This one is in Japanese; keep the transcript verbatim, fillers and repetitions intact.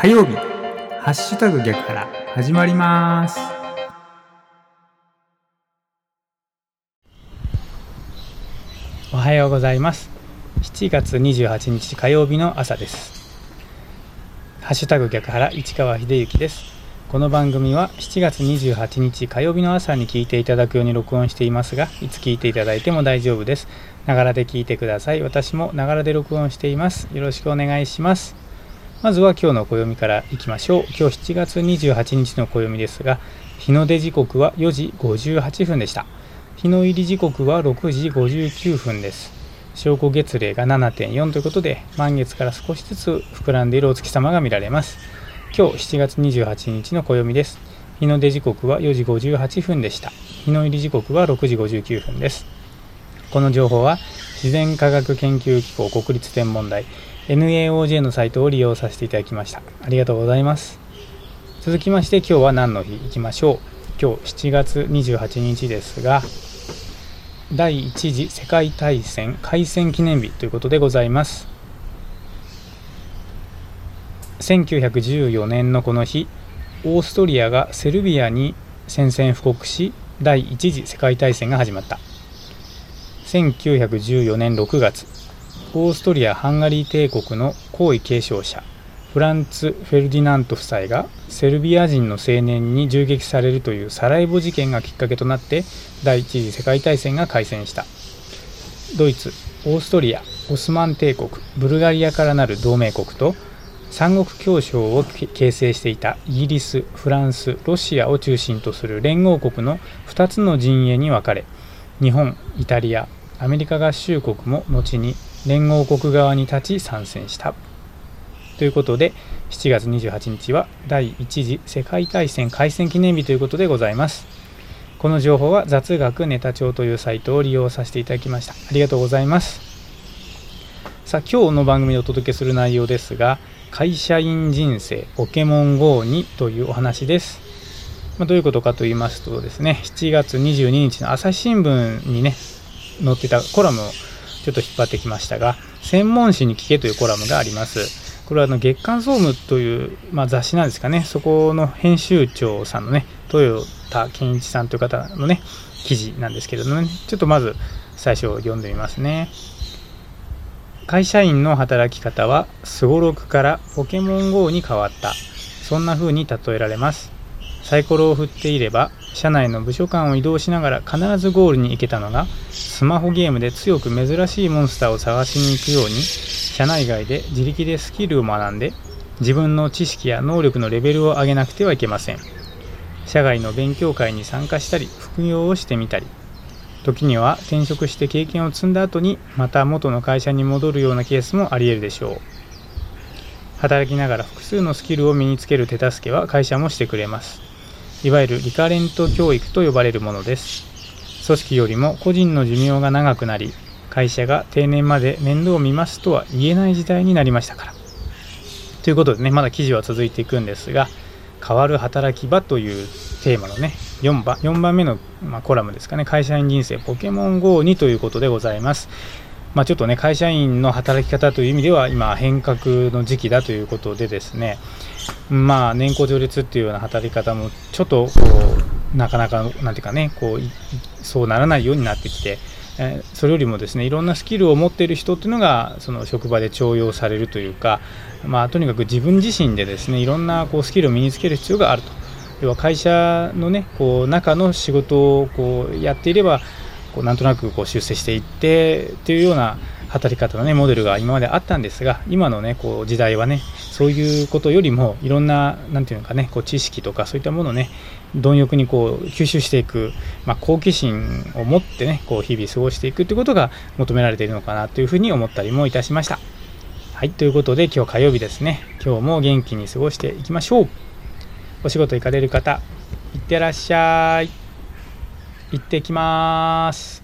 火曜日、ハッシュタグ逆から始まります。おはようございます。しちがつにじゅうはちにち火曜日の朝です。ハッシュタグ逆原市川秀幸です。この番組はしちがつにじゅうはちにち火曜日の朝に聞いていただくように録音していますが、いつ聞いていただいても大丈夫です。ながらで聞いてください。私もながらで録音しています。よろしくお願いします。まずは今日の暦からいきましょう。今日しちがつにじゅうはちにちの暦ですが、日の出時刻はよじごじゅうはっぷんでした。日の入り時刻はろくじごじゅうきゅうふんです。小古月齢が ななてんよん ということで、満月から少しずつ膨らんでいるお月様が見られます。今日しちがつにじゅうはちにちの暦です。日の出時刻はよじごじゅうはっぷんでした。日の入り時刻はろくじごじゅうきゅうふんです。この情報は自然科学研究機構国立天文台 エヌエーオージェー のサイトを利用させていただきました。ありがとうございます。続きまして今日は何の日いきましょう。今日しちがつにじゅうはちにちですが、第一次世界大戦開戦記念日ということでございます。せんきゅうひゃくじゅうよねんのこの日、オーストリアがセルビアに宣戦布告し、第一次世界大戦が始まった。せんきゅうひゃくじゅうよねんろくがつ、オーストリア・ハンガリー帝国の皇位継承者フランツ・フェルディナント夫妻がセルビア人の青年に銃撃されるというサラエボ事件がきっかけとなって第一次世界大戦が開戦した。ドイツ、オーストリア、オスマン帝国、ブルガリアからなる同盟国と三国協商を形成していたイギリス、フランス、ロシアを中心とする連合国のふたつの陣営に分かれ、日本、イタリア、アメリカ合衆国も後に連合国側に立ち参戦したということで、しちがつにじゅうはちにちは第一次世界大戦開戦記念日ということでございます。この情報は雑学ネタ帳というサイトを利用させていただきました。ありがとうございます。さあ、今日の番組でお届けする内容ですが、会社員人生ポケモン ゴー にというお話です。まあ、どういうことかと言いますとですね、しちがつにじゅうににちの朝日新聞にね載ってたコラムをちょっと引っ張ってきましたが、専門誌に聞けというコラムがあります。これはあの月刊総務という、まあ、雑誌なんですかね。そこの編集長さんのね、豊田健一さんという方のね記事なんですけれどもね、ちょっとまず最初読んでみますね。会社員の働き方はすごろくからポケモン ゴー に変わった。そんな風に例えられます。サイコロを振っていれば社内の部署間を移動しながら必ずゴールに行けたのが、スマホゲームで強く珍しいモンスターを探しに行くように、社内外で自力でスキルを学んで自分の知識や能力のレベルを上げなくてはいけません。社外の勉強会に参加したり副業をしてみたり、時には転職して経験を積んだ後にまた元の会社に戻るようなケースもあり得るでしょう。働きながら複数のスキルを身につける手助けは会社もしてくれます。いわゆるリカレント教育と呼ばれるものです。組織よりも個人の寿命が長くなり、会社が定年まで面倒を見ますとは言えない時代になりましたから。ということでね、まだ記事は続いていくんですが、変わる働き場というテーマのねよんばん、よんばんめの、まあ、コラムですかね。会社員人生ポケモン ゴー にということでございます。まあ、ちょっとね会社員の働き方という意味では今変革の時期だということでですね、まあ年功序列っていうような働き方もちょっとこうなかなかなんていうかねこうそうならないようになってきて、えー、それよりもですねいろんなスキルを持っている人っていうのがその職場で重用されるというか、まあとにかく自分自身でですねいろんなこうスキルを身につける必要があると。要は会社のねこう中の仕事をこうやっていればこうなんとなくこう出世していってっていうような働き方のねモデルが今まであったんですが、今のねこう時代はねそういうことよりもいろんななんていうのかねこう知識とかそういったものをね貪欲にこう吸収していく、まあ、好奇心を持ってねこう日々過ごしていくということが求められているのかなというふうに思ったりもいたしました。はい、ということで今日火曜日ですね。今日も元気に過ごしていきましょう。お仕事行かれる方いってらっしゃい。行ってきます。